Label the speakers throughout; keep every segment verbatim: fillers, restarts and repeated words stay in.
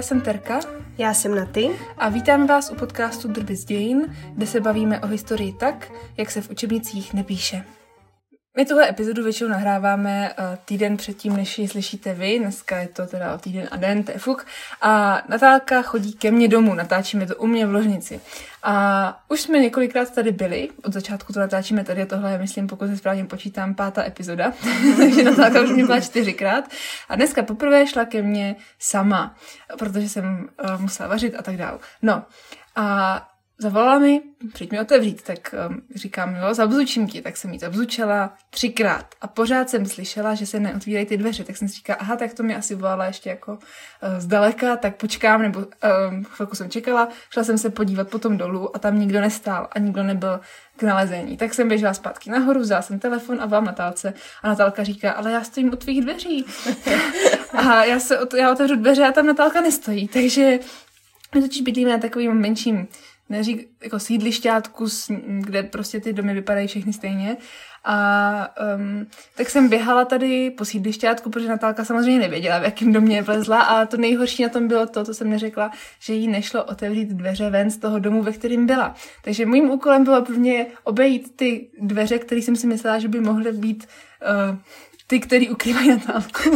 Speaker 1: já jsem Terka.
Speaker 2: Já jsem Naty.
Speaker 1: A vítáme vás u podcastu Drby z dějin, kde se bavíme o historii tak, jak se v učebnicích nepíše. My tuhle epizodu většinou nahráváme týden předtím, než ji slyšíte vy. Dneska je to teda o týden a den, to je fuk. A Natálka chodí ke mně domů, natáčíme to u mě v ložnici. A už jsme několikrát tady byli, od začátku to natáčíme tady, tohle je, myslím, pokud se správně počítám, pátá epizoda, takže Natálka už mě byla čtyřikrát. A dneska poprvé šla ke mně sama, protože jsem uh, musela vařit a tak dál. No a zavolala mi, přijď mi otevřít, tak um, říkám, jo, zabzučím ti, tak jsem jí zabzučela třikrát a pořád jsem slyšela, že se neotvírají ty dveře, tak jsem si říkala, aha, tak to mi asi volala ještě jako uh, zdaleka, tak počkám, nebo um, chvilku jsem čekala, šla jsem se podívat potom dolů a tam nikdo nestál a nikdo nebyl k nalezení. Tak jsem běžela zpátky nahoru, vzala jsem telefon a volám Natálce a Natálka říká, ale já stojím u tvých dveří. A já, se, já otevřu dveře a tam Natálka nestojí, takže my totiž bydlíme na takovým menším neřík, jako sídlišťátku, kde prostě ty domy vypadají všechny stejně. A um, tak jsem běhala tady po sídlišťátku, protože Natálka samozřejmě nevěděla, v jakém domě vlezla, a to nejhorší na tom bylo to, to jsem neřekla, že jí nešlo otevřít dveře ven z toho domu, ve kterém byla. Takže mým úkolem bylo prvně obejít ty dveře, které jsem si myslela, že by mohly být uh, ty, které ukrývají Natálku.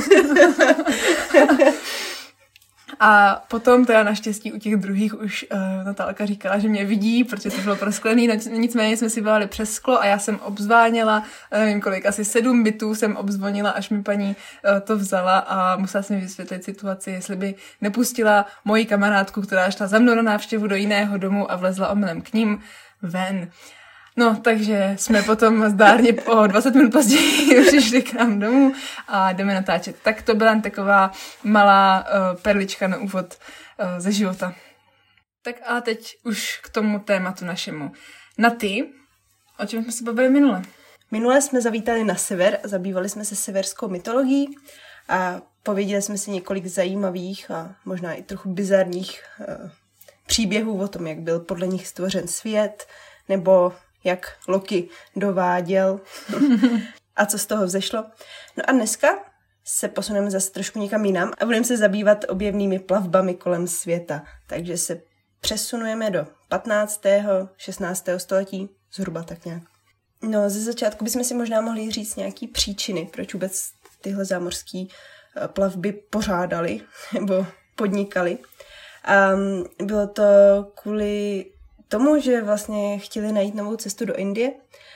Speaker 1: A potom teda naštěstí u těch druhých už uh, Natálka říkala, že mě vidí, protože to bylo prosklený, nicméně jsme si volali přes sklo a já jsem obzváněla, nevím kolik, asi sedm bytů jsem obzvonila, až mi paní uh, to vzala a musela jsem mi vysvětlit situaci, jestli by nepustila moji kamarádku, která šla za mnou na návštěvu do jiného domu a vlezla omylem k ním ven. No, takže jsme potom zdárně o dvacet minut později přišli k nám domů a jdeme natáčet. Tak to byla taková malá uh, perlička na úvod uh, ze života. Tak a teď už k tomu tématu našemu. Naty, o čem jsme se bavili minule?
Speaker 2: Minule jsme zavítali na sever, zabývali jsme se severskou mytologií a pověděli jsme si několik zajímavých a možná i trochu bizarních uh, příběhů o tom, jak byl podle nich stvořen svět, nebo jak Loki dováděl a co z toho vzešlo. No a dneska se posuneme zase trošku někam jinam a budeme se zabývat objevnými plavbami kolem světa. Takže se přesunujeme do patnáctého šestnáctého století, zhruba tak nějak. No, ze začátku bychom si možná mohli říct nějaký příčiny, proč vůbec tyhle zámořské plavby pořádali nebo podnikali. Um, bylo to kvůli tomu, že vlastně chtěli najít novou cestu do Indie,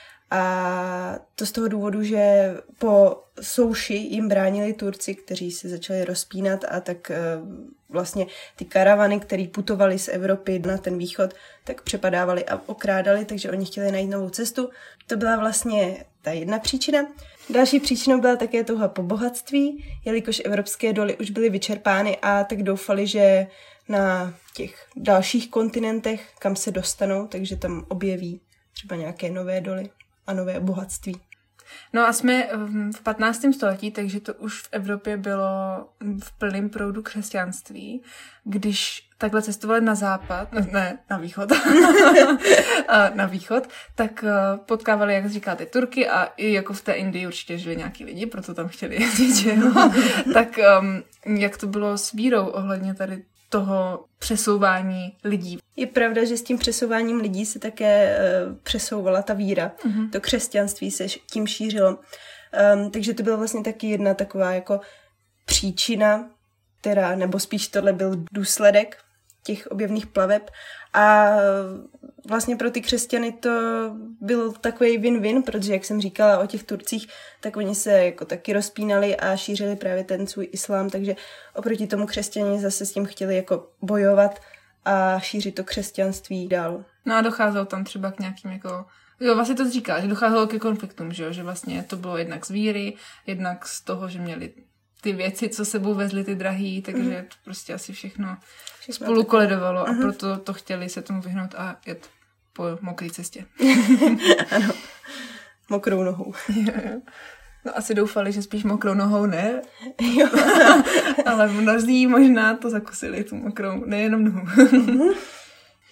Speaker 2: a to z toho důvodu, že po souši jim bránili Turci, kteří se začali rozpínat, a tak vlastně ty karavany, které putovaly z Evropy na ten východ, tak přepadávali a okrádali, takže oni chtěli najít novou cestu. To byla vlastně ta jedna příčina. Další příčinou byla také touha po bohatství, jelikož evropské doly už byly vyčerpány a tak doufali, že na těch dalších kontinentech, kam se dostanou, takže tam objeví třeba nějaké nové doly a nové bohatství.
Speaker 1: No a jsme v patnáctém století, takže to už v Evropě bylo v plném proudu křesťanství. Když takhle cestovali na západ, ne, na východ, na východ, tak potkávali, jak říkáte, Turky, a i jako v té Indii určitě žili nějaký lidi, proto tam chtěli jezdit, že jo. Tak um, jak to bylo s vírou ohledně tady toho přesouvání lidí.
Speaker 2: Je pravda, že s tím přesouváním lidí se také uh, přesouvala ta víra. Uh-huh. To křesťanství se tím šířilo. Um, takže to byla vlastně taky jedna taková jako příčina, která, nebo spíš tohle byl důsledek těch objevných plaveb. A vlastně pro ty křesťany to byl takový win-win, protože, jak jsem říkala o těch Turcích, tak oni se jako taky rozpínali a šířili právě ten svůj islám, takže oproti tomu křesťani zase s tím chtěli jako bojovat a šířit to křesťanství dál.
Speaker 1: No a docházelo tam třeba k nějakým jako... Jo, vlastně to říká, že docházelo ke konfliktům, že jo, že vlastně to bylo jednak z víry, jednak z toho, že měli ty věci, co sebou vezli ty drahý, takže mm-hmm. to prostě asi všechno, všechno spolu kolidovalo mm-hmm. a proto to chtěli se tomu vyhnout a jet po mokré cestě.
Speaker 2: Ano, mokrou nohou.
Speaker 1: No asi doufali, že spíš mokrou nohou ne, jo. Ale mnozí možná to zakusili, tu mokrou, nejenom nohu. Mm-hmm.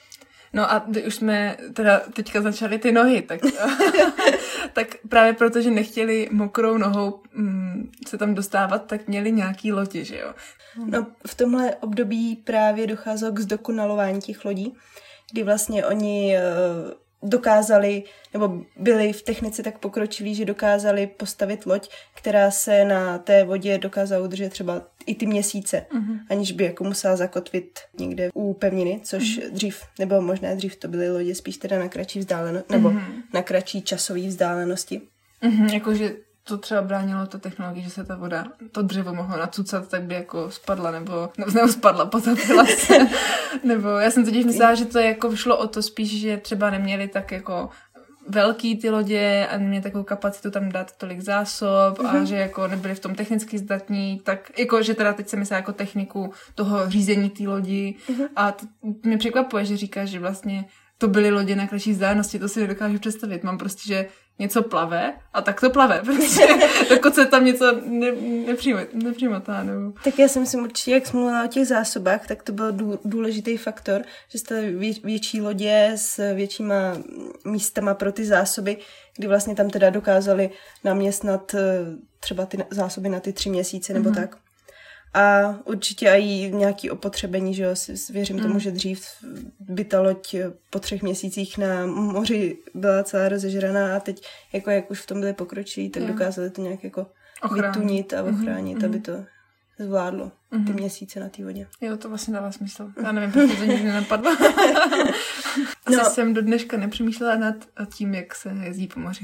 Speaker 1: No a už jsme teda teďka začali ty nohy, tak, tak právě proto, že nechtěli mokrou nohou mm, se tam dostávat, tak měli nějaký lodi, že jo?
Speaker 2: No v tomhle období právě docházelo k zdokonalování těch lodí, kdy vlastně oni uh, dokázali, nebo byli v technice tak pokročilí, že dokázali postavit loď, která se na té vodě dokázala udržet třeba i ty měsíce, uh-huh. aniž by jako musela zakotvit někde u pevniny, což uh-huh. dřív, nebo možná dřív to byly lodě spíš teda na kratší vzdálenosti, nebo uh-huh. na kratší časové vzdálenosti.
Speaker 1: Uh-huh, jakože to třeba bránilo to technologii, že se ta voda, to dřevo mohlo nacucat, tak by jako spadla, nebo, nebo spadla, potopila se. Nebo já jsem totiž myslela, že to jako šlo o to spíš, že třeba neměli tak jako velký ty lodě a neměli takovou kapacitu tam dát tolik zásob a mm-hmm. že jako nebyli v tom technicky zdatní, tak jako, že teda teď se myslela jako techniku toho řízení té lodi mm-hmm. a to mě překvapuje, že říkáš, že vlastně to byly lodě na kratší vzdálenosti, to si nedokážu představit. Mám prostě, že něco plave a tak to plave, protože dokud se tam něco ne, nepřijme, nepřijmotá. Nebo...
Speaker 2: Tak já si myslím určitě, jak jsme mluvila o těch zásobách, tak to byl důležitý faktor, že jste vě, větší lodě s většíma místama pro ty zásoby, kdy vlastně tam teda dokázali naměstnat třeba ty zásoby na ty tři měsíce nebo mm-hmm. tak. A určitě i nějaké opotřebení, že jo, věřím mm. tomu, že dřív by ta loď po třech měsících na moři byla celá rozežraná a teď, jako jak už v tom byli pokročilí, tak yeah. dokázali to nějak jako ochránit. vytunit a ochránit, mm-hmm. aby to zvládlo mm-hmm. ty měsíce na té vodě.
Speaker 1: Jo, to vlastně dává smysl. Já nevím, proč to nikdy nenapadlo. Asi no. jsem do dneška nepřemýšlela nad tím, jak se jezdí po moři.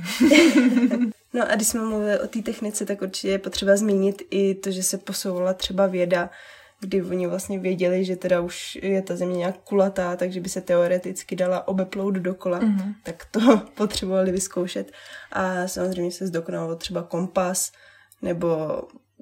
Speaker 2: No a když jsme mluvili o té technice, tak určitě je potřeba zmínit i to, že se posouvala třeba věda, kdy oni vlastně věděli, že teda už je ta země nějak kulatá, takže by se teoreticky dala obeplout dokola, mm-hmm. tak to potřebovali vyzkoušet. A samozřejmě se zdokonalo třeba kompas, nebo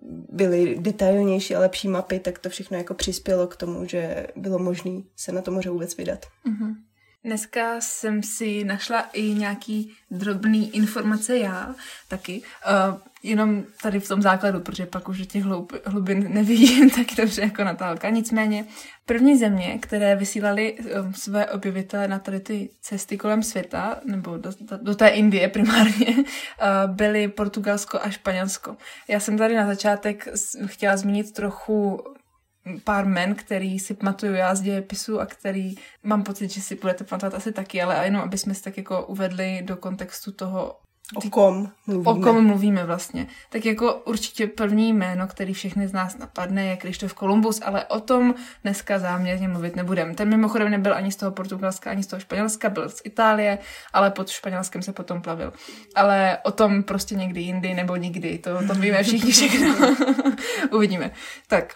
Speaker 2: byly detailnější a lepší mapy, tak to všechno jako přispělo k tomu, že bylo možné se na to moře vůbec vydat.
Speaker 1: Mm-hmm. Dneska jsem si našla i nějaký drobný informace já taky, uh, jenom tady v tom základu, protože pak už těch hlub, hlubin nevidím tak dobře jako Natálka. Nicméně první země, které vysílali um, své objevitele na tady ty cesty kolem světa, nebo do, do té Indie primárně, uh, byly Portugalsko a Španělsko. Já jsem tady na začátek chtěla zmínit trochu pár men, který si pamatuju já z dějepisu a který mám pocit, že si budete pamatovat asi taky, ale jenom aby jsme si tak jako uvedli do kontextu toho,
Speaker 2: o kom mluvíme.
Speaker 1: O kom mluvíme vlastně. Tak jako určitě první jméno, který všechny z nás napadne, je Krištof Kolumbus, ale o tom dneska záměrně mluvit nebudem. Ten mimochodem nebyl ani z toho Portugalska, ani z toho Španělska, byl z Itálie, ale pod Španělskem se potom plavil. Ale o tom prostě někdy jindy nebo nikdy, to, to víme všichni všechno. Uvidíme. Tak.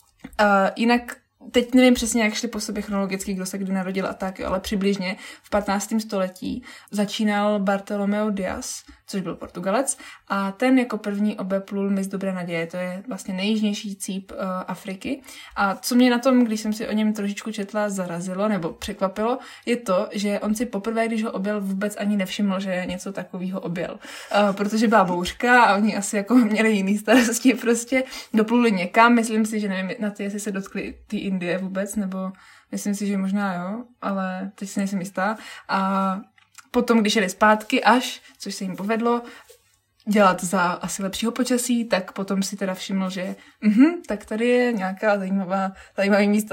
Speaker 1: Uh, jinak teď nevím přesně, jak šli po sobě chronologicky, kdo se kdy narodil a tak, ale přibližně v patnáctém století začínal Bartolomeu Dias, což byl Portugalec, a ten jako první obeplul mys Dobré naděje, to je vlastně nejjižnější cíp uh, Afriky. A co mě na tom, když jsem si o něm trošičku četla, zarazilo nebo překvapilo, je to, že on si poprvé, když ho objel, vůbec ani nevšiml, že něco takového objel. Uh, protože byla bouřka a oni asi jako měli jiný starosti, prostě dopluli někam, myslím si, že nevím na ty, jestli se dotkli ty Indie vůbec, nebo myslím si, že možná jo, ale teď si nejsem jistá. A potom, když jeli zpátky až, což se jim povedlo, dělat za asi lepšího počasí, tak potom si teda všiml, že mhm, tak tady je nějaká zajímavá, zajímavý místo.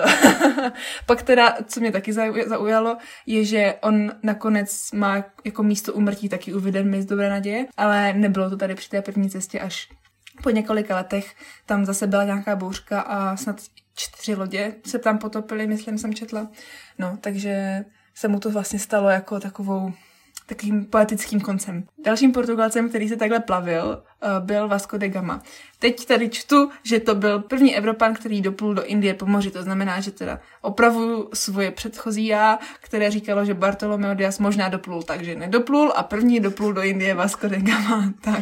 Speaker 1: Pak teda, co mě taky zaujalo, je, že on nakonec má jako místo úmrtí taky uveden mys Dobré naděje, ale nebylo to tady při té první cestě, až po několika letech tam zase byla nějaká bouřka a snad čtyři lodě se tam potopily, myslím, jsem četla. No, takže se mu to vlastně stalo jako takovou takovým poetickým koncem. Dalším Portugalcem, který se takhle plavil, byl Vasco de Gama. Teď tady čtu, že to byl první Evropan, který doplul do Indie po moři. To znamená, že teda opravuju svoje předchozí já, které říkalo, že Bartolomeu Dias možná doplul, takže nedoplul a první doplul do Indie Vasco de Gama. Tak.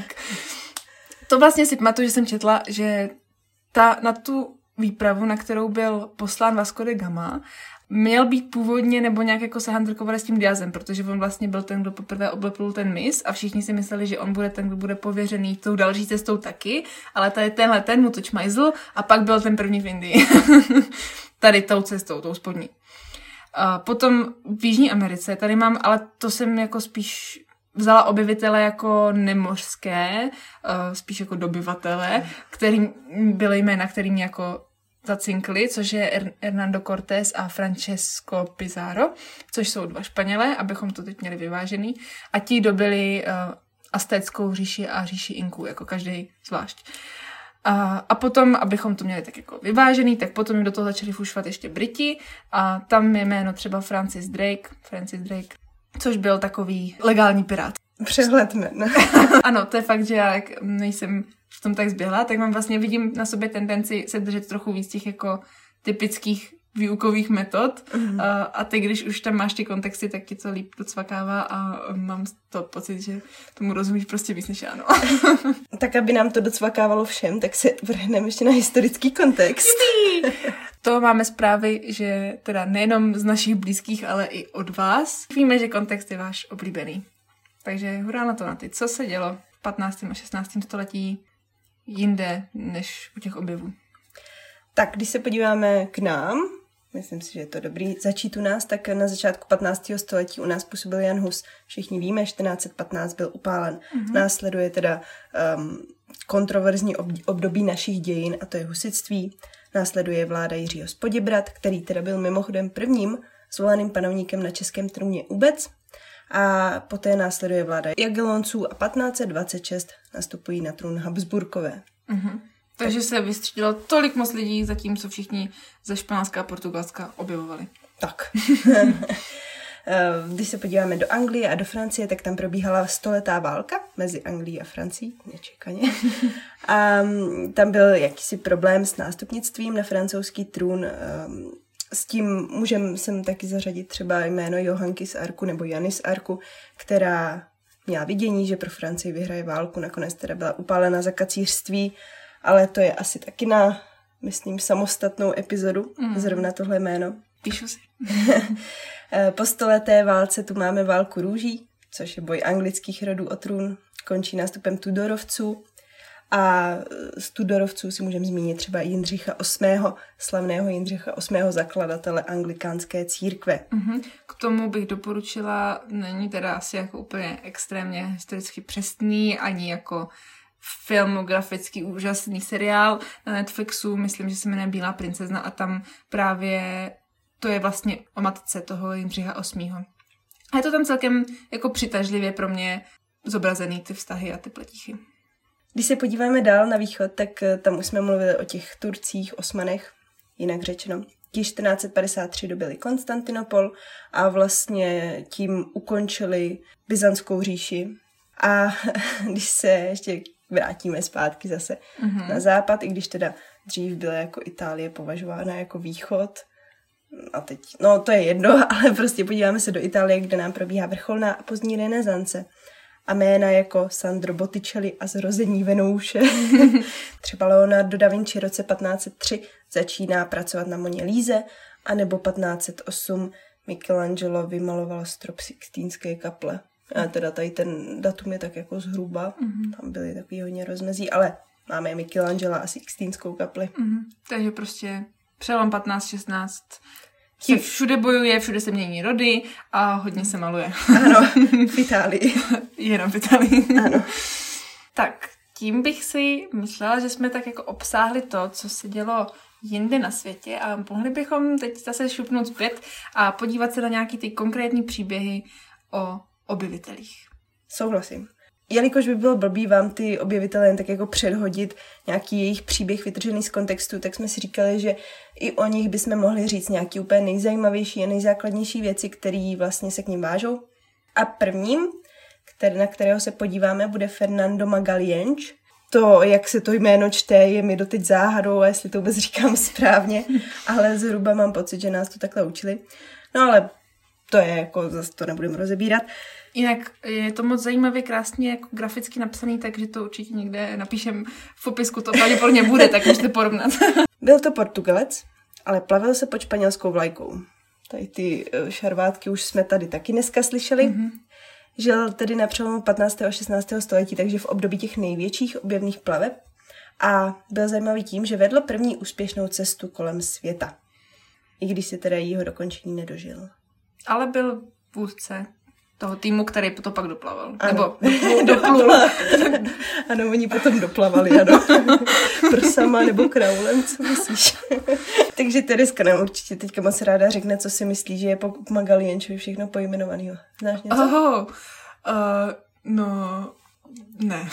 Speaker 1: To vlastně si pamatuju, že jsem četla, že ta, na tu výpravu, na kterou byl poslán Vasco de Gama, měl být původně nebo nějak jako se handrkovali s tím Diazem, protože on vlastně byl ten, kdo poprvé obleplul ten mys a všichni si mysleli, že on bude ten, kdo bude pověřený tou další cestou taky, ale tady tenhle ten mu to čmajzl a pak byl ten první v Indii. Tady tou cestou, tou spodní. A potom v Jižní Americe, tady mám, ale to jsem jako spíš vzala objevitele jako nemořské, spíš jako dobyvatele, který byly jména, který mě jako zacinkli, což je Hernando Cortés a Francesco Pizarro, což jsou dva Španělé, abychom to teď měli vyvážený. A ti dobyli uh, Aztéckou říši a říši Inků, jako každý zvlášť. A, a potom, abychom to měli tak jako vyvážený, tak potom do toho začali fušovat ještě Briti a tam je jméno třeba Francis Drake, Francis Drake, což byl takový legální pirát.
Speaker 2: Přehled jmen.
Speaker 1: Ano, to je fakt, že já jak nejsem v tom tak zběhla, tak mám vlastně, vidím na sobě tendenci se držet trochu víc těch jako typických výukových metod mm. a, a ty, když už tam máš ty kontexty, tak ti to líp docvakává a mám to pocit, že tomu rozumíš prostě víc než já, no.
Speaker 2: Tak, aby nám to docvakávalo všem, tak se vrhneme ještě na historický kontext.
Speaker 1: To máme zprávy, že teda nejenom z našich blízkých, ale i od vás. Víme, že kontext je váš oblíbený. Takže hurá na to na ty. Co se dělo v patnáctém a šestnáctém století jinde než u těch objevů?
Speaker 2: Tak, když se podíváme k nám, myslím si, že je to dobrý začít u nás, tak na začátku patnáctého století u nás působil Jan Hus. Všichni víme, čtrnáct patnáct byl upálen. Mm-hmm. Následuje teda um, kontroverzní období našich dějin, a to je husitství. Následuje vláda Jiřího z Poděbrad, který teda byl mimochodem prvním zvoleným panovníkem na českém trůně vůbec. A poté následuje vláda Jagellonců a patnáct dvacet šest nastupují na trůn Habsburkové.
Speaker 1: Mm-hmm. Takže se vystřídilo tolik moc lidí, zatímco všichni ze Španělska a Portugalska objevovali.
Speaker 2: Tak. Když se podíváme do Anglie a do Francie, tak tam probíhala stoletá válka mezi Anglií a Francií, nečekaně. A tam byl jakýsi problém s nástupnictvím na francouzský trůn. S tím můžeme sem taky zařadit třeba jméno Johanky z Arku nebo Jany z Arku, která měla vidění, že pro Francii vyhraje válku, nakonec teda byla upálena za kacířství, ale to je asi taky na, myslím, samostatnou epizodu, mm. zrovna tohle jméno.
Speaker 1: Píšu si.
Speaker 2: Po stoleté válce tu máme válku růží, což je boj anglických rodů o trůn, končí nástupem Tudorovců. A z Tudorovců si můžeme zmínit třeba Jindřicha osmého, slavného Jindřicha osmého zakladatele anglikánské církve.
Speaker 1: Mm-hmm. K tomu bych doporučila, není teda asi jako úplně extrémně historicky přesný, ani jako filmografický úžasný seriál na Netflixu, myslím, že se jmenuje Bílá princezna a tam právě to je vlastně o matce toho Jindřicha osmého. A je to tam celkem jako přitažlivě pro mě zobrazený ty vztahy a ty pletichy.
Speaker 2: Když se podíváme dál na východ, tak tam už jsme mluvili o těch Turcích, Osmanech, jinak řečeno. Ti čtrnáct padesát tři dobili Konstantinopol a vlastně tím ukončili Byzantskou říši. A když se ještě vrátíme zpátky zase mm-hmm. na západ, i když teda dřív byla jako Itálie považována jako východ, a teď, no to je jedno, ale prostě podíváme se do Itálie, kde nám probíhá vrcholná a pozdní renesance. A jména jako Sandro Botticelli a Zrození Venouše. Třeba Leonardo da Vinci v roce patnáct set tři začíná pracovat na Moně Líze, anebo patnáct set osm Michelangelo vymaloval strop Sixtínské kaple. A teda tady ten datum je tak jako zhruba, mm-hmm. tam byly takový hodně rozmezí, ale máme Michelangela a Sixtínskou kapli.
Speaker 1: Mm-hmm. Takže prostě přelom patnáct šestnáct se všude bojuje, všude se mění rody a hodně se maluje.
Speaker 2: Ano, v Itálii.
Speaker 1: Jenom v Itálii.
Speaker 2: Ano.
Speaker 1: Tak, tím bych si myslela, že jsme tak jako obsáhli to, co se dělo jinde na světě a mohli bychom teď zase šupnout zpět a podívat se na nějaký ty konkrétní příběhy o objevitelích.
Speaker 2: Souhlasím. Jelikož by bylo blbý vám ty objevitelé jen tak jako předhodit nějaký jejich příběh vytržený z kontextu, tak jsme si říkali, že i o nich bychom mohli říct nějaký úplně nejzajímavější a nejzákladnější věci, které vlastně se k ním vážou. A prvním, který, na kterého se podíváme, bude Fernando Magalhães. To, jak se to jméno čte, je mi doteď záhadou, a jestli to vůbec říkám správně, ale zhruba mám pocit, že nás to takhle učili. No ale to je jako, zase to nebudeme rozebírat.
Speaker 1: Jinak je to moc zajímavě, krásně jako graficky napsaný, takže to určitě někde napíšem v popisku, to pravděpodobně bude, tak můžete porovnat.
Speaker 2: Byl to Portugalec, ale plavil se pod španělskou vlajkou. Tady ty šarvátky už jsme tady taky dneska slyšeli. Mm-hmm. Žil tedy na přelomu patnáctého a šestnáctého století, takže v období těch největších objevných plaveb. A byl zajímavý tím, že vedl první úspěšnou cestu kolem světa. i když se teda jeho dokončení nedožil.
Speaker 1: Ale byl vůdce toho týmu, který to pak doplaval.
Speaker 2: Ano.
Speaker 1: Nebo doplul.
Speaker 2: Ano, oni potom doplavali, ano. Prsama nebo kraulem, co myslíš? Takže Tereska nám určitě teďka moc ráda řekne, co si myslí, že je po Magalienčovi všechno pojmenovaného. Znáš něco?
Speaker 1: Oh, uh, no, ne.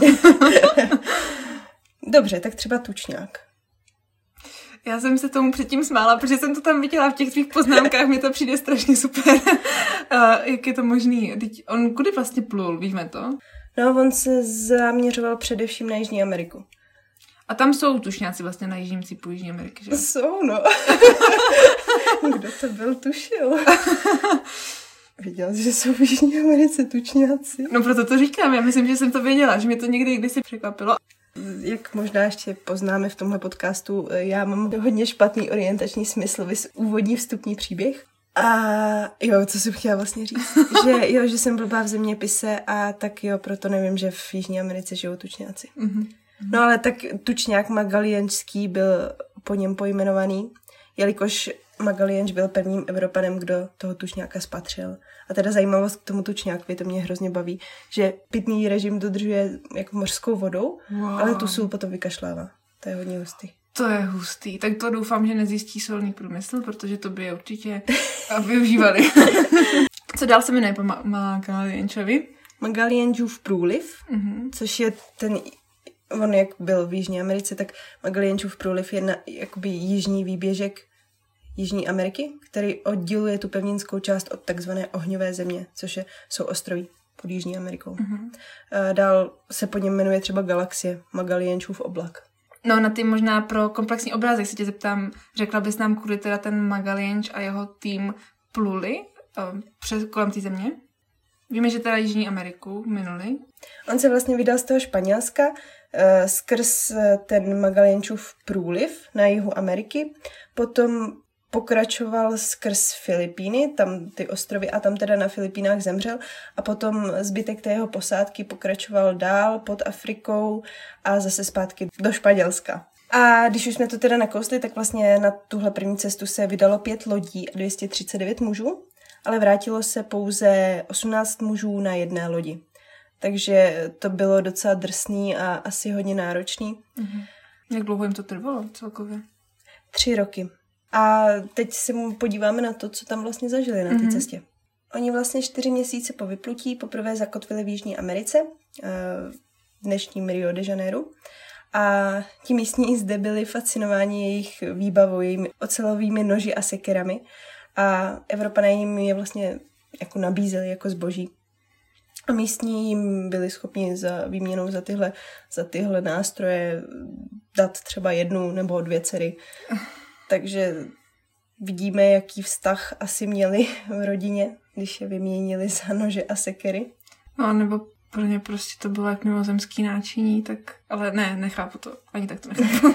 Speaker 2: Dobře, tak třeba tučňák.
Speaker 1: Já jsem se tomu předtím smála, protože jsem to tam viděla v těch svých poznámkách, mi to přijde strašně super. Uh, jak je to možný? Teď on kudy vlastně plul, víme to?
Speaker 2: No, on se zaměřoval především na Jižní Ameriku.
Speaker 1: A tam jsou tušňáci vlastně na jižním cípu Jižní Ameriky, že?
Speaker 2: Jsou, no. Kdo to byl, tušil. Viděl jsi, že jsou v Jižní Americe tučňáci?
Speaker 1: No proto to říkám, já myslím, že jsem to věděla, že mě to někdy kdysi překvapilo.
Speaker 2: Jak možná ještě poznáme v tomhle podcastu, já mám hodně špatný orientační smysl, vys úvodní vstupní příběh. A jo, co jsem chtěla vlastně říct? že jo, že jsem blbá v zeměpise a tak jo, proto nevím, že v Jižní Americe žijou tučňáci. Mm-hmm. No ale tak tučňák Magalienský byl po něm pojmenovaný, jelikož Magalienč byl prvním Evropanem, kdo toho tučňáka spatřil. A teda zajímavost k tomu tučňákovi, to mě hrozně baví, že pitný režim dodržuje jako mořskou vodou, wow. Ale tu sůl potom vykašlává. To je hodně hustý.
Speaker 1: To je hustý. Tak to doufám, že nezjistí solný průmysl, protože to by je určitě využívali. Co dál se jmenuje po Ma- Magalienčovi?
Speaker 2: Magalienčův průliv, mm-hmm. což je ten, on jak byl v Jižní Americe, tak Magalienčův průliv je na, jakoby jižní výběžek Jižní Ameriky, který odděluje tu pevninskou část od takzvané ohňové země, což je, jsou ostroví pod Jižní Amerikou. Mm-hmm. Dál se po něm jmenuje třeba galaxie, Magalienčův oblak.
Speaker 1: No na ty možná pro komplexní obrázek se tě zeptám, řekla bys nám, kudy teda ten Magalienč a jeho tým pluli uh, přes kolem té země? Víme, že teda Jižní Ameriku minuli.
Speaker 2: On se vlastně vydal z toho Španělska uh, skrz ten Magalienčův průliv na jihu Ameriky, potom pokračoval skrz Filipíny, tam ty ostrovy, a tam teda na Filipínách zemřel, a potom zbytek té jeho posádky pokračoval dál pod Afrikou a zase zpátky do Španělska. A když už jsme to teda nakousli, tak vlastně na tuhle první cestu se vydalo pět lodí a dvě stě třicet devět mužů, ale vrátilo se pouze osmnáct mužů na jedné lodi. Takže to bylo docela drsný a asi hodně náročný.
Speaker 1: Mhm. Jak dlouho jim to trvalo celkově?
Speaker 2: Tři roky. A teď se mu podíváme na to, co tam vlastně zažili na té mm-hmm. cestě. Oni vlastně čtyři měsíce po vyplutí poprvé zakotvili v Jižní Americe, v dnešním Rio de Janeiro. A ti místní zde byli fascinováni jejich výbavou, jejimi ocelovými noži a sekerami. A Evropané jim je vlastně jako nabízeli jako zboží. A místní jim byli schopni za výměnou za tyhle, za tyhle nástroje dát třeba jednu nebo dvě dcery. Takže vidíme, jaký vztah asi měli v rodině, když je vyměnili za nože a sekery.
Speaker 1: No, nebo pro ně prostě to bylo jak mimozemský náčiní, tak... Ale ne, nechápu to. Ani tak to nechápu.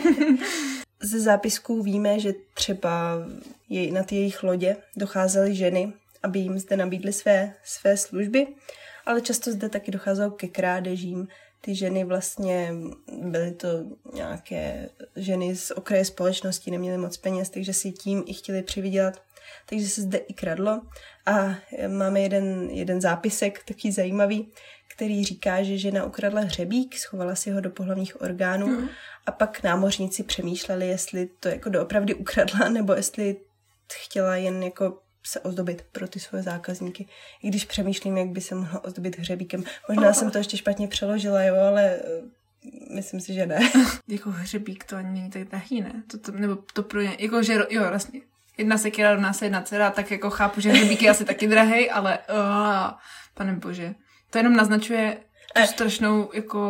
Speaker 2: Ze zápisků víme, že třeba jej, na ty jejich lodě docházely ženy, aby jim zde nabídly své, své služby, ale často zde taky docházelo ke krádežím. Ty ženy vlastně byly to nějaké ženy z okraje společnosti, neměly moc peněz, takže si tím i chtěli přivydělat. Takže se zde i kradlo. A máme jeden, jeden zápisek, takový zajímavý, který říká, že žena ukradla hřebík, schovala si ho do pohlavních orgánů mm. a pak námořníci přemýšleli, jestli to jako doopravdy ukradla, nebo jestli chtěla jen jako se ozdobit pro ty svoje zákazníky. I když přemýšlím, jak by se mohla ozdobit hřebíkem. Možná oh. jsem to ještě špatně přeložila, jo, ale myslím si, že ne.
Speaker 1: Jako hřebík to ani není tak drahý, ne? To, to, nebo to pro ně, jako že, jo, vlastně, jedna sekera rovná se jedna dcera, tak jako chápu, že hřebík je asi taky drahej, ale oh, pane bože. To jenom naznačuje tu strašnou jako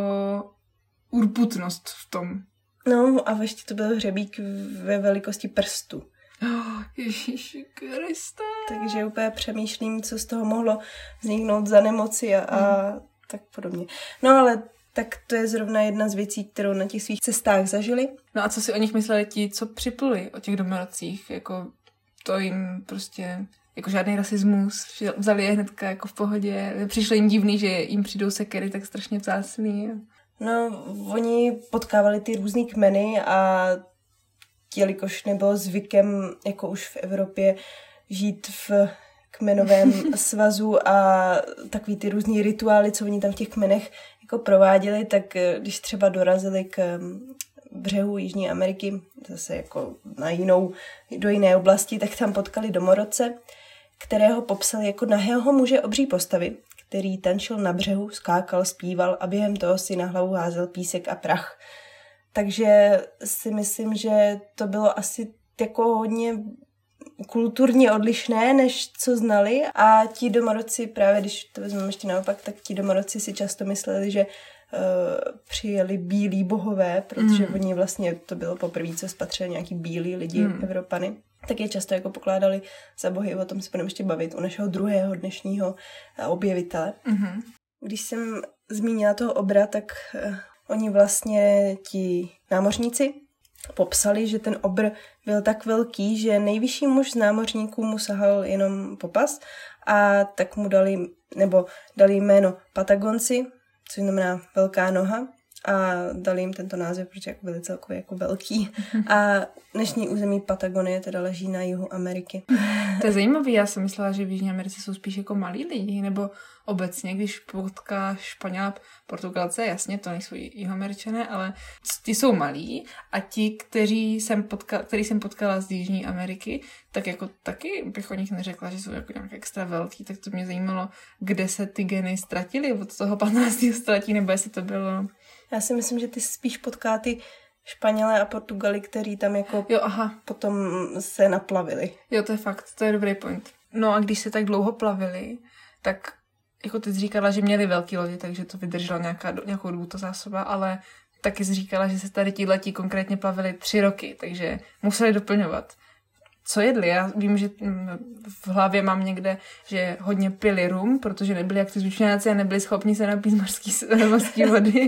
Speaker 1: urputnost v tom.
Speaker 2: No a ještě to byl hřebík ve velikosti prstu.
Speaker 1: Oh, Ježíši Kriste.
Speaker 2: Takže úplně přemýšlím, co z toho mohlo vzniknout za nemoci a, a mm. tak podobně. No ale tak to je zrovna jedna z věcí, kterou na těch svých cestách zažili.
Speaker 1: No a co si o nich mysleli ti, co připluli, o těch domorodcích? Jako to jim prostě, jako žádný rasismus, vzali je hnedka jako v pohodě. Přišlo jim divný, že jim přijdou sekery tak strašně vzácný.
Speaker 2: No, oni potkávali ty různý kmeny a jelikož nebylo zvykem, jako už v Evropě, žít v kmenovém svazu a takový ty různý rituály, co oni tam v těch kmenech jako prováděli, tak když třeba dorazili k břehu Jižní Ameriky, zase jako na jinou, do jiné oblasti, tak tam potkali domorodce, kterého popsali jako nahého muže obří postavy, který tančil na břehu, skákal, zpíval a během toho si na hlavu házel písek a prach. Takže si myslím, že to bylo asi jako hodně kulturně odlišné, než co znali, a ti domorodci, právě když to vezmeme ještě naopak, tak ti domorodci si často mysleli, že uh, přijeli bílí bohové, protože mm. oni vlastně, to bylo poprvé, co spatřili nějaký bílí lidi, mm. Evropany, tak je často jako pokládali za bohy, o tom se budeme ještě bavit, u našeho druhého dnešního objevitele. Mm. Když jsem zmínila toho obra, tak uh, oni vlastně, ti námořníci, popsali, že ten obr byl tak velký, že nejvyšší muž z námořníků mu sahal jenom po pas, a tak mu dali, nebo dali jméno Patagonci, což znamená velká noha, a dali jim tento název, protože jako byli celkově jako velký. A dnešní území Patagonie teda leží na jihu Ameriky.
Speaker 1: To je zajímavé, já jsem myslela, že v Jižní Americe jsou spíš jako malí lidi, nebo obecně, když potkáš Španěla, Portugalce, jasně, to nejsou Jihoameričané, ale ti jsou malí, a ti, kteří jsem potkala, který jsem potkala z Jižní Ameriky, tak jako taky bych o nich neřekla, že jsou jako nějak extra velký, tak to mě zajímalo, kde se ty geny ztratily od toho patnáctého století, nebo jestli to bylo...
Speaker 2: Já si myslím, že ty spíš potká ty Španělé a Portugali, který tam jako
Speaker 1: jo, aha.
Speaker 2: potom se naplavili.
Speaker 1: Jo, to je fakt, to je dobrý point. No a když se tak dlouho plavili, tak jako ty jsi říkala, že měli velký lodi, takže to vydrželo nějaká, nějakou dobu ta zásoba, ale taky jsi říkala, že se tady ti letí konkrétně plavili tři roky, takže museli doplňovat. Co jedli? Já vím, že v hlavě mám někde, že hodně pili rum, protože nebyli jak ty zúčenáci a nebyli schopni se napít z mořské vody,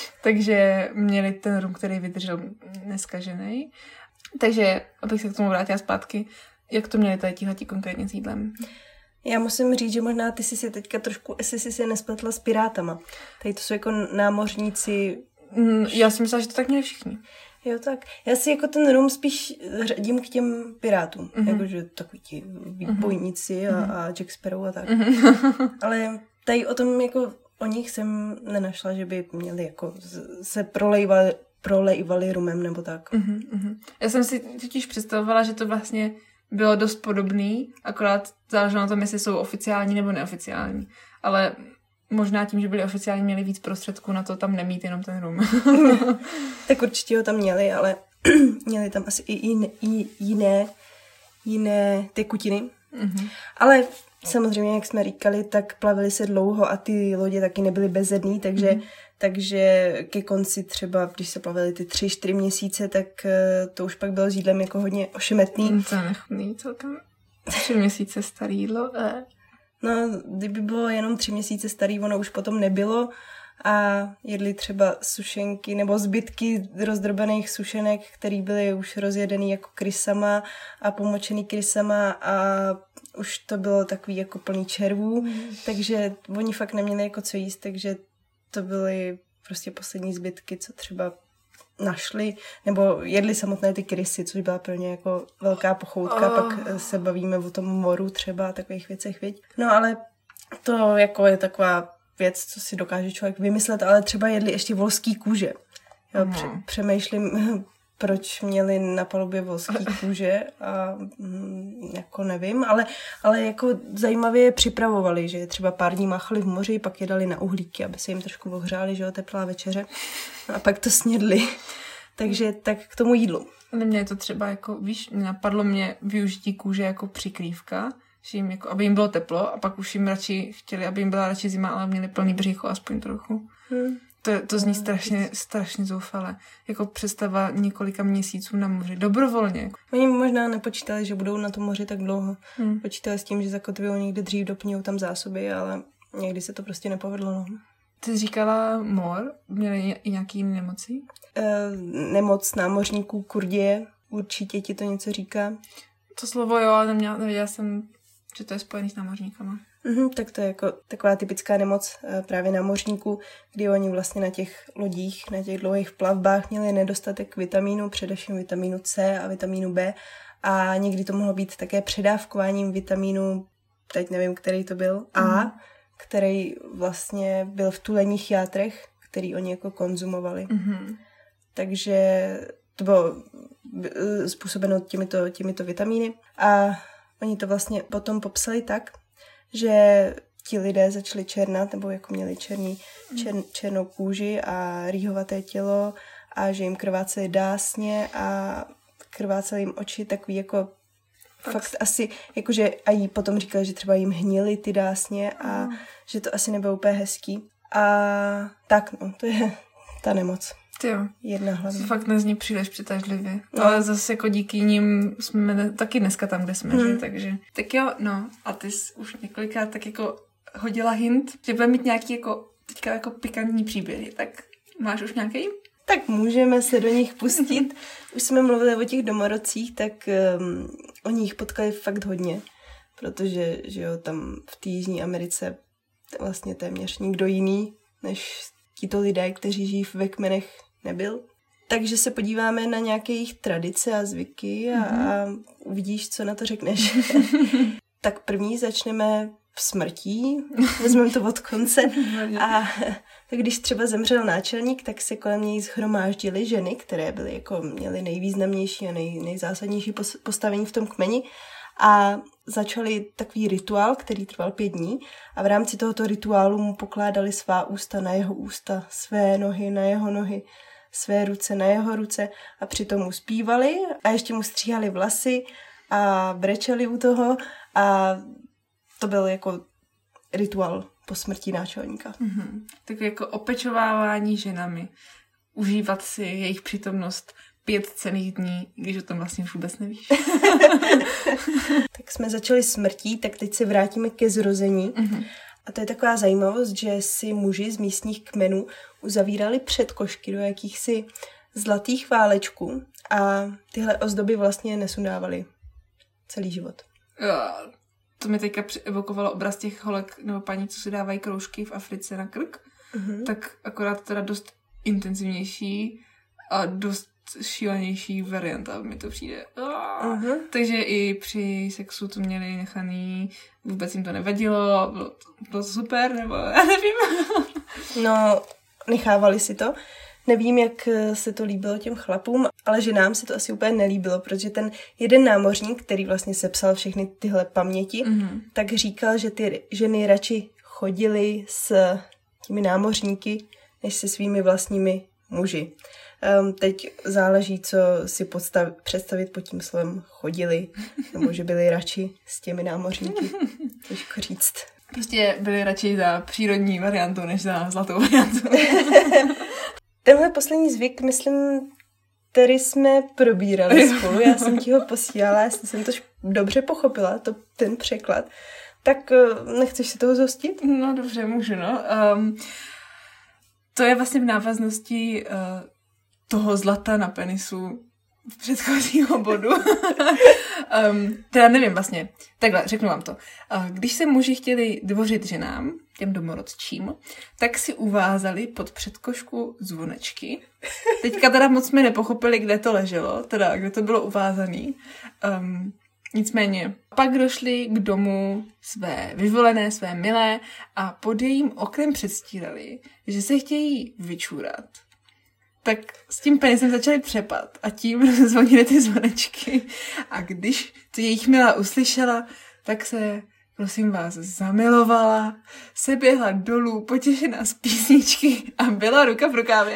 Speaker 1: takže měli ten rum, který vydržel neskažený. Takže, abych se k tomu vrátila zpátky, jak to měli tady tihleti konkrétně s jídlem?
Speaker 2: Já musím říct, že možná ty jsi si teďka trošku, jestli jsi si nespletla s pirátama. Tady to jsou jako námořníci.
Speaker 1: Já si myslela, že to tak měli všichni.
Speaker 2: Jo, tak. Já si jako ten rum spíš řadím k těm pirátům. Mm-hmm. Jakože takový ti výbojníci mm-hmm. a, a Jack Sparrow a tak. Mm-hmm. Ale tady o tom jako o nich jsem nenašla, že by měli jako se prolejvali, prolejvali rumem nebo tak.
Speaker 1: Mm-hmm. Já jsem si totiž představovala, že to vlastně bylo dost podobný, akorát záleželo na tom, jestli jsou oficiální nebo neoficiální. Ale možná tím, že byli oficiální, měli víc prostředků na to tam nemít jenom ten rum.
Speaker 2: Tak určitě ho tam měli, ale měli tam asi i jiné, i jiné, jiné tekutiny. Mm-hmm. Ale samozřejmě, jak jsme říkali, tak plavili se dlouho a ty lodě taky nebyly bezedný, takže, mm-hmm. takže ke konci třeba, když se plavili ty tři, čtyři měsíce, tak to už pak bylo s jídlem jako hodně ošemetný.
Speaker 1: To je nechutný celkem. Tři měsíce starý jídlo. Eh.
Speaker 2: No, kdyby bylo jenom tři měsíce starý, ono už potom nebylo, a jedli třeba sušenky nebo zbytky rozdrobených sušenek, které byly už rozjedený jako krysama a pomočený krysama, a už to bylo takový jako plný červů, mm. takže oni fakt neměli jako co jíst, takže to byly prostě poslední zbytky, co třeba našli, nebo jedli samotné ty krysy, což byla pro ně jako velká pochoutka, oh. Pak se bavíme o tom moru třeba a takových věcech, viď? No ale to jako je taková věc, co si dokáže člověk vymyslet, ale třeba jedli ještě volský kůže. Jo, mm. pře- přemýšlím, proč měli na palubě volský kůže a mm, jako nevím, ale, ale jako zajímavě je připravovali, že třeba pár dní máchali v moři, pak je dali na uhlíky, aby se jim trošku ohřáli, že jo, teplá večeře, a pak to snědli. Takže tak k tomu jídlu.
Speaker 1: Ale mě to třeba jako, víš, napadlo mě využití kůže jako přikrývka, že jim jako, aby jim bylo teplo, a pak už jim radši chtěli, aby jim byla radši zima, ale měli plný břicho aspoň trochu. Hmm. To, to zní strašně, strašně zoufale. Jako představa několika měsíců na moři. Dobrovolně.
Speaker 2: Oni možná nepočítali, že budou na tom moři tak dlouho. Hmm. Počítali s tím, že zakotvují někde dřív, doplňují tam zásoby, ale někdy se to prostě nepovedlo. No.
Speaker 1: Ty jsi říkala mor? Měli i nějaký jiné nemoci?
Speaker 2: E, nemoc námořníků Kurdie. Určitě ti to něco říká.
Speaker 1: To slovo jo, ale neměla, nevěděla jsem, že to je spojený s námořníkama.
Speaker 2: Mm-hmm, tak to je jako taková typická nemoc právě námořníků, kdy oni vlastně na těch lodích, na těch dlouhých plavbách měli nedostatek vitamínu, především vitamínu C a vitamínu B a někdy to mohlo být také předávkováním vitamínu, teď nevím, který to byl, A, mm. který vlastně byl v tuleních játrech, který oni jako konzumovali. Mm-hmm. Takže to bylo způsobeno těmito, těmito vitamíny a oni to vlastně potom popsali tak, že ti lidé začali černat, nebo jako měli černý, čer, černou kůži a rýhovaté tělo a že jim krvácely dásně a krvácely jim oči, takový jako fakt, fakt asi, jakože a jí potom říkali, že třeba jim hnily ty dásně a mm. že to asi nebylo úplně hezký. A tak no, to je ta nemoc.
Speaker 1: Jo.
Speaker 2: Jedna hlavně.
Speaker 1: Fakt nezní příliš přitažlivě. No. Ale zase jako díky nim jsme ne, taky dneska tam, kde jsme, hmm. že? Takže. Tak jo, no. A ty jsi už několikrát tak jako hodila hint, že bude mít nějaký jako teďka jako pikantní příběhy. Tak máš už nějaký?
Speaker 2: Tak můžeme se do nich pustit. Už jsme mluvili o těch domorodcích, tak um, oni jich potkali fakt hodně. Protože, že jo, tam v té Jižní Americe vlastně téměř nikdo jiný, než tito lidé, kteří žijí ve kmenech, nebyl. Takže se podíváme na nějaké jejich tradice a zvyky a, mm-hmm. a uvidíš, co na to řekneš. Tak první začneme smrtí, vezmeme to od konce. A tak když třeba zemřel náčelník, tak se kolem něj shromáždily ženy, které byly jako, měly nejvýznamnější a nej, nejzásadnější postavení v tom kmeni. A začali takový rituál, který trval pět dní a v rámci tohoto rituálu mu pokládali svá ústa na jeho ústa, své nohy na jeho nohy, své ruce na jeho ruce a přitom mu zpívali a ještě mu stříhali vlasy a brečeli u toho a to byl jako rituál po smrti náčelníka.
Speaker 1: Mm-hmm. Tak jako opečovávání ženami, užívat si jejich přítomnost pět celých dní, když o tom vlastně už vůbec nevíš.
Speaker 2: Tak jsme začali smrtí, tak teď se vrátíme ke zrození. Mm-hmm. A to je taková zajímavost, že si muži z místních kmenů uzavírali předkošky do jakýchsi zlatých válečků a tyhle ozdoby vlastně nesundávali celý život.
Speaker 1: Jo, to mi teďka evokovalo obraz těch holek nebo paní, co si dávají kroužky v Africe na krk. Mm-hmm. Tak akorát teda dost intenzivnější a dost šílenější varianta, mi to přijde. Uh-huh. Takže i při sexu to měli nechaný, vůbec jim to nevadilo, bylo to, bylo to super, nebo já nevím.
Speaker 2: No, nechávali si to. Nevím, jak se to líbilo těm chlapům, ale že nám se to asi úplně nelíbilo, protože ten jeden námořník, který vlastně sepsal všechny tyhle paměti, uh-huh. tak říkal, že ty ženy radši chodily s těmi námořníky, než se svými vlastními muži. Um, teď záleží, co si podstav, představit pod tím slovem chodili, nebo že byli radši s těmi námořníky. Těžko říct.
Speaker 1: Prostě byli radši za přírodní variantu, než za zlatou variantu.
Speaker 2: Tenhle poslední zvyk, myslím, který jsme probírali spolu. Já jsem ti ho posílala, jestli jsem to dobře pochopila, to, ten překlad. Tak nechceš si toho zhostit?
Speaker 1: No dobře, můžu, no. Um, to je vlastně v návaznosti uh, toho zlata na penisu v předchozího bodu. um, teda nevím vlastně. Takhle, řeknu vám to. Uh, když se muži chtěli dvořit ženám, těm domorodčím, tak si uvázali pod předkošku zvonečky. Teďka teda moc jsme nepochopili, kde to leželo, teda kde to bylo uvázaný. Um, nicméně, pak došli k domu své vyvolené, své milé a pod jejím oknem předstírali, že se chtějí vyčůrat. Tak s tím penisem začali třepat a tím zvonily ty zvonečky. A když to jejich milá uslyšela, tak se, prosím vás, zamilovala, seběhla dolů, potěšená z písničky a byla ruka v rukávě.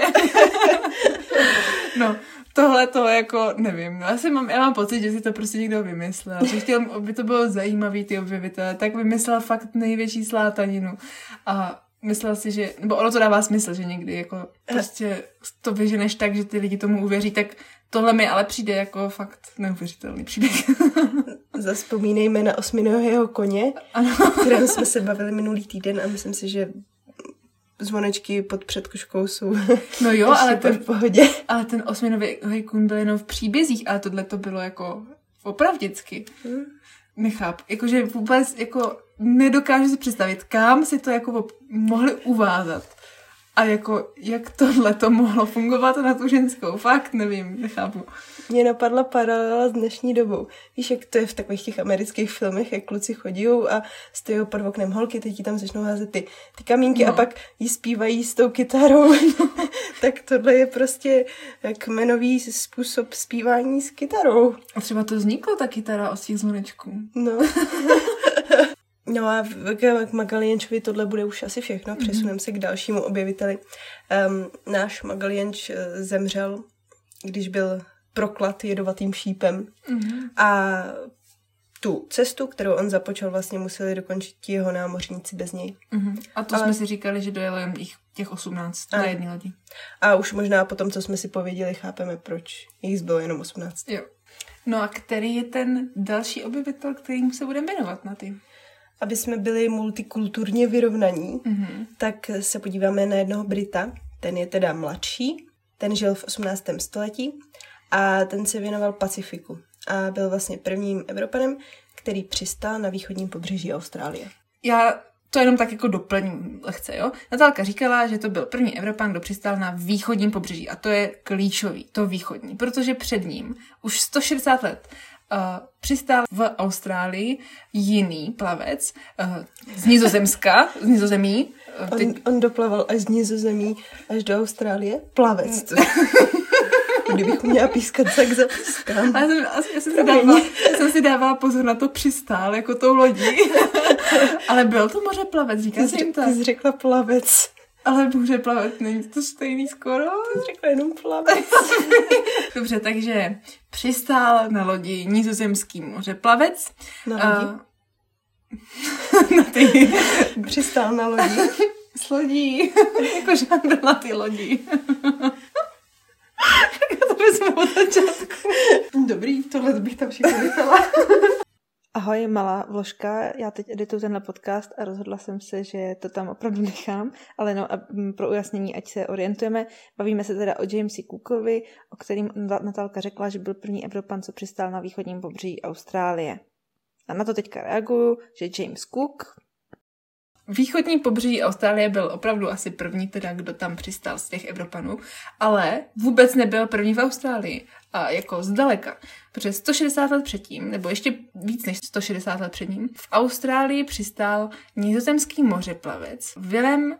Speaker 1: No, tohle to jako, nevím, no, asi mám, já mám pocit, že si to prostě někdo vymyslel, že chtěl, aby to bylo zajímavý, ty objevitele, tak vymyslel fakt největší slátaninu a myslel si, že, nebo ono to dává smysl, že někdy jako prostě to vyženeš tak, že ty lidi tomu uvěří, tak tohle mi ale přijde jako fakt neuvěřitelný příběh.
Speaker 2: Zavzpomínejme na osminohého koně, o kterém jsme se bavili minulý týden a myslím si, že zvonečky pod předkoškou jsou
Speaker 1: no jo, ale ten,
Speaker 2: v pohodě.
Speaker 1: Ale ten osminohý kůň byl jenom v příbězích, ale tohle to bylo jako opravdicky. Hmm. Nechápu. Jakože vůbec jako nedokážu si představit, kam si to jako mohli uvázat. A jako, jak tohle to mohlo fungovat na tu ženskou, fakt nevím, nechápu.
Speaker 2: Mně napadla paralela s dnešní dobou. Víš, jak to je v takových těch amerických filmech, jak kluci chodijou a stojí pod oknem holky, teď tam začnou házet ty, ty kamínky no. a pak jí zpívají s tou kytarou. Tak tohle je prostě kmenový způsob zpívání s kytarou.
Speaker 1: A třeba to vzniklo, ta kytara od těch zvonečků.
Speaker 2: No. No a k Magalienčovi tohle bude už asi všechno. Přesuneme se k dalšímu objeviteli. Um, náš Magalienč zemřel, když byl proklat jedovatým šípem. Mm-hmm. A tu cestu, kterou on započal, vlastně museli dokončit ti jeho námořníci bez něj.
Speaker 1: Mm-hmm. A to Ale... jsme si říkali, že dojelo jen jich těch osmnáct a. na jedné lodi.
Speaker 2: A už možná po tom, co jsme si pověděli, chápeme, proč jich zbylo jenom osmnáct.
Speaker 1: Jo. No a který je ten další objevitel, kterým se budeme věnovat na ty?
Speaker 2: Aby jsme byli multikulturně vyrovnaní, mm-hmm. tak se podíváme na jednoho Brita. Ten je teda mladší, ten žil v osmnáctém století a ten se věnoval Pacifiku. A byl vlastně prvním Evropanem, který přistál na východním pobřeží Austrálie.
Speaker 1: Já to jenom tak jako doplním lehce, jo. Natálka říkala, že to byl první Evropan, kdo přistál na východním pobřeží. A to je klíčový, to východní, protože před ním už sto šedesát let Uh, přistál v Austrálii jiný plavec uh, z Nizozemska, z Nizozemí. Uh,
Speaker 2: teď... on, on doplaval až z Nizozemí až do Austrálie. Plavec. Kdybych měla pískat, tak zapískám.
Speaker 1: Já jsem, já, jsem si dávala, já jsem si dávala pozor na to přistál, jako tou lodí. Ale byl to mořeplavec, říká se jim tak.
Speaker 2: Ty jsi řekla plavec.
Speaker 1: Ale mořeplavec, není to stejný skoro?
Speaker 2: Ty jsi řekla jenom plavec.
Speaker 1: Dobře, takže přistál na lodi nizozemský mořeplavec.
Speaker 2: Na lodi?
Speaker 1: A... na ty.
Speaker 2: Přistál na lodi.
Speaker 1: S lodí. Jakože byl na ty lodi. To vezmu od začátku.
Speaker 2: Dobrý, tohle bych tam všechno nechala. Ahoj, malá vložka, já teď edituju tenhle podcast a rozhodla jsem se, že to tam opravdu nechám, ale no a pro ujasnění, ať se orientujeme, bavíme se teda o Jamesi Cookovi, o kterým Natálka řekla, že byl první Evropan, co přistál na východním pobřeží Austrálie. A na to teďka reaguju, že James Cook...
Speaker 1: Východní pobřeží Austrálie byl opravdu asi první, teda kdo tam přistál z těch Evropanů, ale vůbec nebyl první v Austrálii. A jako zdaleka. Protože sto šedesát let předtím, nebo ještě víc než sto šedesát let před ním, v Austrálii přistál nizozemský mořeplavec Willem,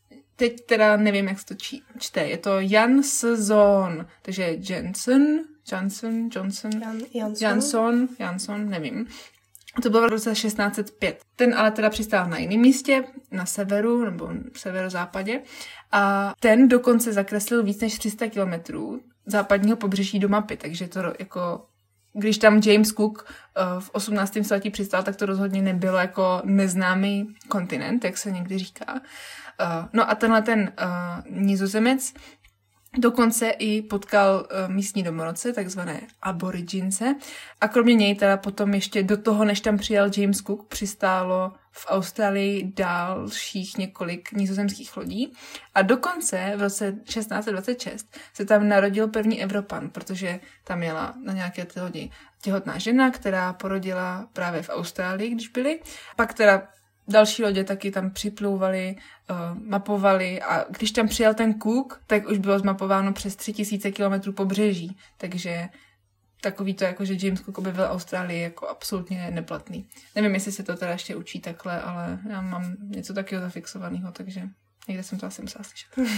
Speaker 1: teď teda nevím, jak se to či, čte, je to Jansson, takže Jensen, Johnson, Johnson,
Speaker 2: Jan, Jansson.
Speaker 1: Jansson, Jansson, nevím. To bylo v roce šestnáct set pět. Ten ale teda přistál na jiném místě, na severu nebo severozápadě a ten dokonce zakreslil víc než tři sta kilometrů západního pobřeží do mapy, takže to jako, když tam James Cook uh, v osmnáctém století přistál, tak to rozhodně nebylo jako neznámý kontinent, jak se někdy říká. Uh, no a tenhle ten uh, Nizozemec dokonce i potkal uh, místní domorodce, takzvané aborigince. A kromě něj teda potom ještě do toho, než tam přijel James Cook, přistálo v Austrálii dalších několik nizozemských lodí. A dokonce v roce šestnáct set dvacet šest se tam narodil první Evropan, protože tam jela na nějaké ty lodi těhotná žena, která porodila právě v Austrálii, když byli. Pak teda další lodě taky tam připlouvaly, uh, mapovaly a když tam přijel ten Cook, tak už bylo zmapováno přes tři tisíce kilometrů pobřeží, takže takový to, jako že James Cook objevil Austrálii, jako absolutně neplatný. Nevím, jestli se to teda ještě učí takhle, ale já mám něco takového zafixovaného, takže někde jsem to asi musela slyšet.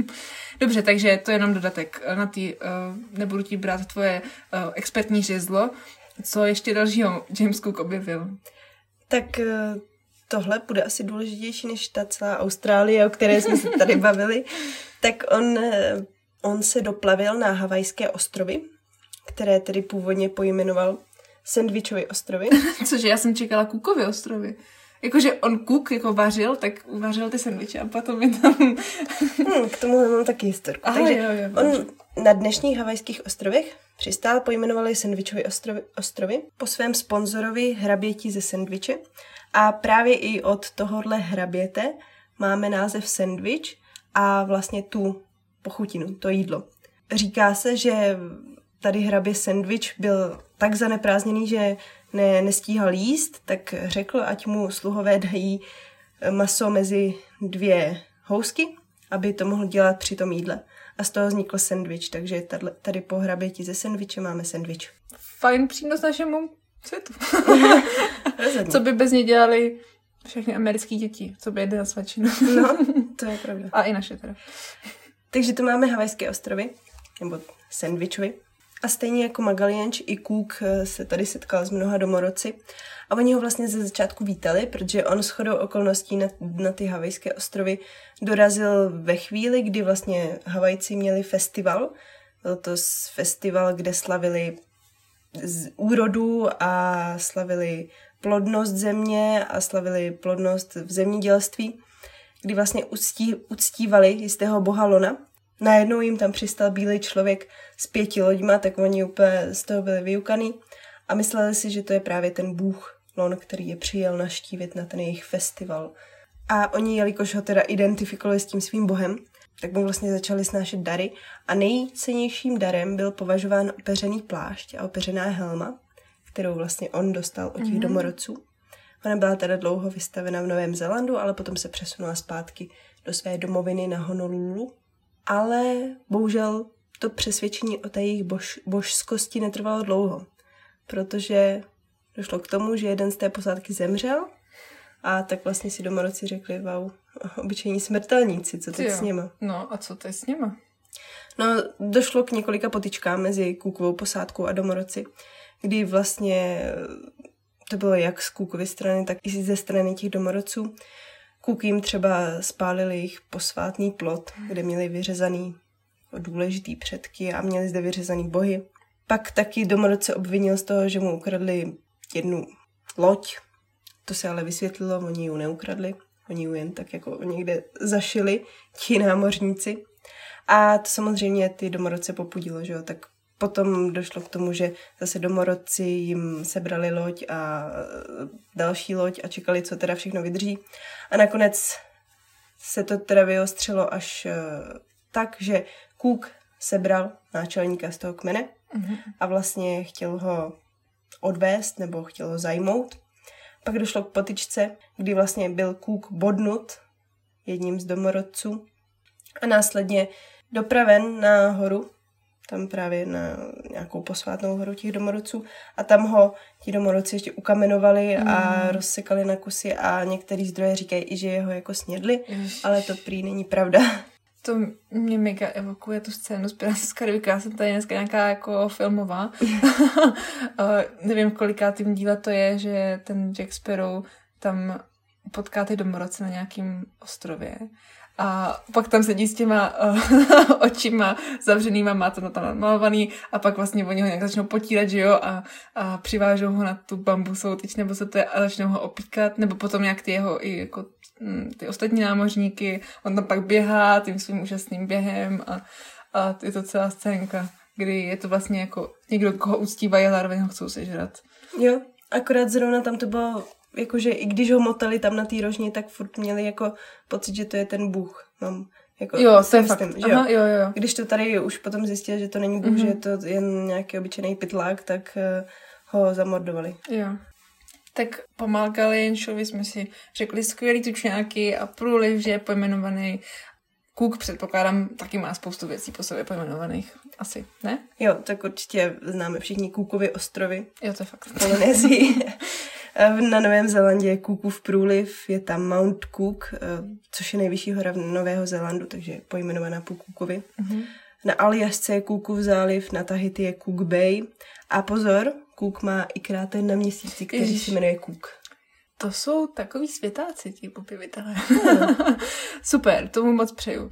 Speaker 1: Dobře, takže to je jenom dodatek. Na ty, uh, nebudu ti brát tvoje uh, expertní žezlo. Co ještě dalšího James Cook objevil?
Speaker 2: Tak... Uh... Tohle bude asi důležitější než ta celá Austrálie, o které jsme se tady bavili, tak on, on se doplavil na Havajské ostrovy, které tedy původně pojmenoval Sandwichovy ostrovy.
Speaker 1: Cože, já jsem čekala Cookovy ostrovy. Jakože on Cook jako vařil, tak vařil ty sandwiche a potom je tam...
Speaker 2: hmm, k tomu mám taky historku.
Speaker 1: Aha,
Speaker 2: Takže
Speaker 1: jo, jo,
Speaker 2: on na dnešních Havajských ostrovech přistál, pojmenovali Sandwichovy ostrovy, ostrovy po svém sponzorovi hraběti ze Sandwiche. A právě i od tohohle hraběte máme název sandwich a vlastně tu pochutinu, to jídlo. Říká se, že tady hrabě Sandwich byl tak zaneprázdněný, že ne, nestíhal jíst, tak řekl, ať mu sluhové dají maso mezi dvě housky, aby to mohl dělat při tom jídle. A z toho vznikl sendvič, takže tady, tady po hraběti ze sendviče máme sendvič.
Speaker 1: Fajn přínos našemu světu. Co by bez něj dělali všechny americké děti, co by jede na svačinu.
Speaker 2: No, to je pravda.
Speaker 1: A i naše teda.
Speaker 2: Takže tu máme Havajské ostrovy, nebo sendvičovi. A stejně jako Magalienč, i Cook se tady setkal s mnoha domorodci. A oni ho vlastně ze začátku vítali, protože on shodou okolností na, na ty Havajské ostrovy dorazil ve chvíli, kdy vlastně Havajci měli festival. Byl to festival, kde slavili z úrodu a slavili plodnost země a slavili plodnost v zemědělství, kdy vlastně uctí, uctívali jistého boha Lona. Najednou jim tam přistal bílý člověk s pěti loďma, tak oni úplně z toho byli vyukaný a mysleli si, že to je právě ten bůh Lon, který je přijel navštívit na ten jejich festival. A oni, jelikož ho teda identifikovali s tím svým bohem, tak mu vlastně začali snášet dary a nejcennějším darem byl považován opeřený plášť a opeřená helma, kterou vlastně on dostal od těch mm-hmm. domorodců. Ona byla teda dlouho vystavena v Novém Zélandu, ale potom se přesunula zpátky do své domoviny na Honolulu. Ale bohužel to přesvědčení o té jejich bož, božskosti netrvalo dlouho, protože došlo k tomu, že jeden z té posádky zemřel a tak vlastně si domorodci řekli, wow, obyčejní smrtelníci, co teď s nima?
Speaker 1: No a co teď s nima?
Speaker 2: No, došlo k několika potyčkám mezi Cookovou posádkou a domorodci, kdy vlastně to bylo jak z Cookovy strany, tak i ze strany těch domorodců. Cook jim třeba spálili jejich posvátný plot, kde měli vyřezaný důležitý předky a měli zde vyřezaný bohy. Pak taky domorodce obvinil z toho, že mu ukradli jednu loď. To se ale vysvětlilo, oni ji neukradli. Oni ji jen tak jako někde zašili, ti námořníci. A to samozřejmě ty domorodce popudilo, že jo, tak potom došlo k tomu, že zase domorodci jim sebrali loď a další loď a čekali, co teda všechno vydrží. A nakonec se to teda vyostřilo až tak, že Cook sebral náčelníka z toho kmene a vlastně chtěl ho odvést nebo chtěl ho zajmout. Pak došlo k potyčce, kdy vlastně byl Cook bodnut jedním z domorodců a následně dopraven na horu, tam právě na nějakou posvátnou horu těch domorodců a tam ho ti domorodci ještě ukamenovali mm. a rozsekali na kusy a některý zdroje říkají i, že jeho jako snědli, Ježiš. Ale to prý není pravda.
Speaker 1: To mě mega evokuje tu scénu z Piraty z Karibiku. Já jsem tady dneska nějaká jako filmová. uh, nevím, kolikátým díle to je, že ten Jack Sparrow tam potká ty domorodce na nějakým ostrově. A pak tam sedí s těma uh, očima zavřenýma, má to tam namalovaný a pak vlastně oni ho nějak začnou potírat, že jo, a, a přivážou ho na tu bambusovou tyč, nebo co to je, a začnou ho opíkat, nebo potom nějak ty jeho i jako ty ostatní námořníky, on tam pak běhá tím svým úžasným během a, a je to celá scénka, kdy je to vlastně jako někdo, koho uctívají, ale zároveň ho chcou sežrat.
Speaker 2: Jo, akorát zrovna tam to bylo jakože i když ho motali tam na té rožni, tak furt měli jako pocit, že to je ten bůh. Mám jako,
Speaker 1: jo, to je
Speaker 2: myslím,
Speaker 1: fakt.
Speaker 2: Že
Speaker 1: Aha, jo, jo.
Speaker 2: Když to tady už potom zjistil, že to není bůh, mm-hmm. že je to jen nějaký obyčejný pytlák, tak uh, ho zamordovali.
Speaker 1: Jo. Tak po Magalienčovi jsme si řekli skvělý tučňáky a průliv, že je pojmenovaný. Cook, předpokládám, taky má spoustu věcí po sobě pojmenovaných. Asi, ne?
Speaker 2: Jo, tak určitě známe všichni Cookovy ostrovy.
Speaker 1: Jo, to je fakt.
Speaker 2: V Polynésii. Na Novém Zélandě je Cookův průliv, je tam Mount Cook, což je nejvyšší hora Nového Zélandu, takže je pojmenovaná po Cookovi. Mm-hmm. Na Aljašce je Cookův záliv, na Tahiti je Cook Bay. A pozor, Cook má i kráter na měsíci, který Ježiš. se jmenuje Cook.
Speaker 1: To jsou takový světáci, ti popivitelé. Super, tomu moc přeju.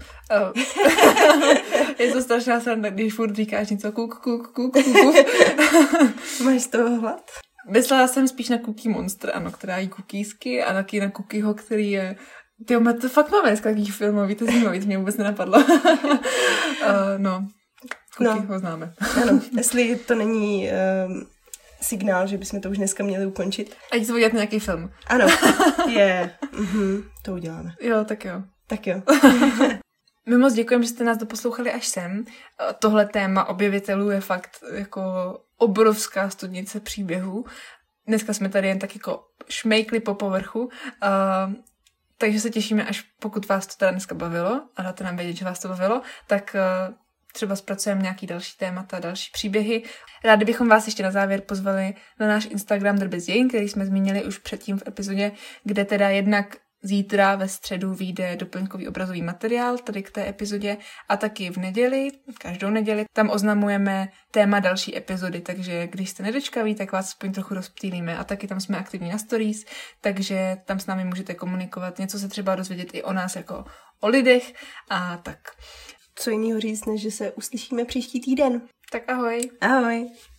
Speaker 1: Je to strašná sranda, když furt říkáš něco kuk, kuk, kuk, kuk.
Speaker 2: Máš z toho hlad?
Speaker 1: Myslela jsem spíš na Cookie Monster, ano, která jí kukísky a taky na Cookieho, který je... Tyjo, to fakt máme dneska takových filmový, to zajímavý, to mě vůbec nenapadlo. uh, no, Cookie no. ho známe.
Speaker 2: Ano, jestli to není... Um... signál, že bychom to už dneska měli ukončit.
Speaker 1: A jít udělat nějaký film.
Speaker 2: Ano, je. Mm-hmm, to uděláme.
Speaker 1: Jo, tak jo.
Speaker 2: Tak jo.
Speaker 1: My moc děkujeme, že jste nás doposlouchali až sem. Tohle téma objevitelů je fakt jako obrovská studnice příběhů. dneska jsme tady jen tak jako šmejkli po povrchu, uh, takže se těšíme, až pokud vás to teda dneska bavilo a dáte nám vědět, že vás to bavilo, tak uh, třeba zpracujeme nějaký další témata, další příběhy. Rádi bychom vás ještě na závěr pozvali na náš Instagram Drby z dějin, který jsme zmínili už předtím v epizodě, kde teda jednak zítra ve středu vyjde doplňkový obrazový materiál tady k té epizodě a taky v neděli, každou neděli, tam oznamujeme téma další epizody, takže když jste nedočkaví, tak vás aspoň trochu rozptýlíme a taky tam jsme aktivní na stories, takže tam s námi můžete komunikovat, něco se třeba dozvědět i o nás jako o lidech a tak.
Speaker 2: Co jiného říct, než že se uslyšíme příští týden.
Speaker 1: Tak ahoj.
Speaker 2: Ahoj.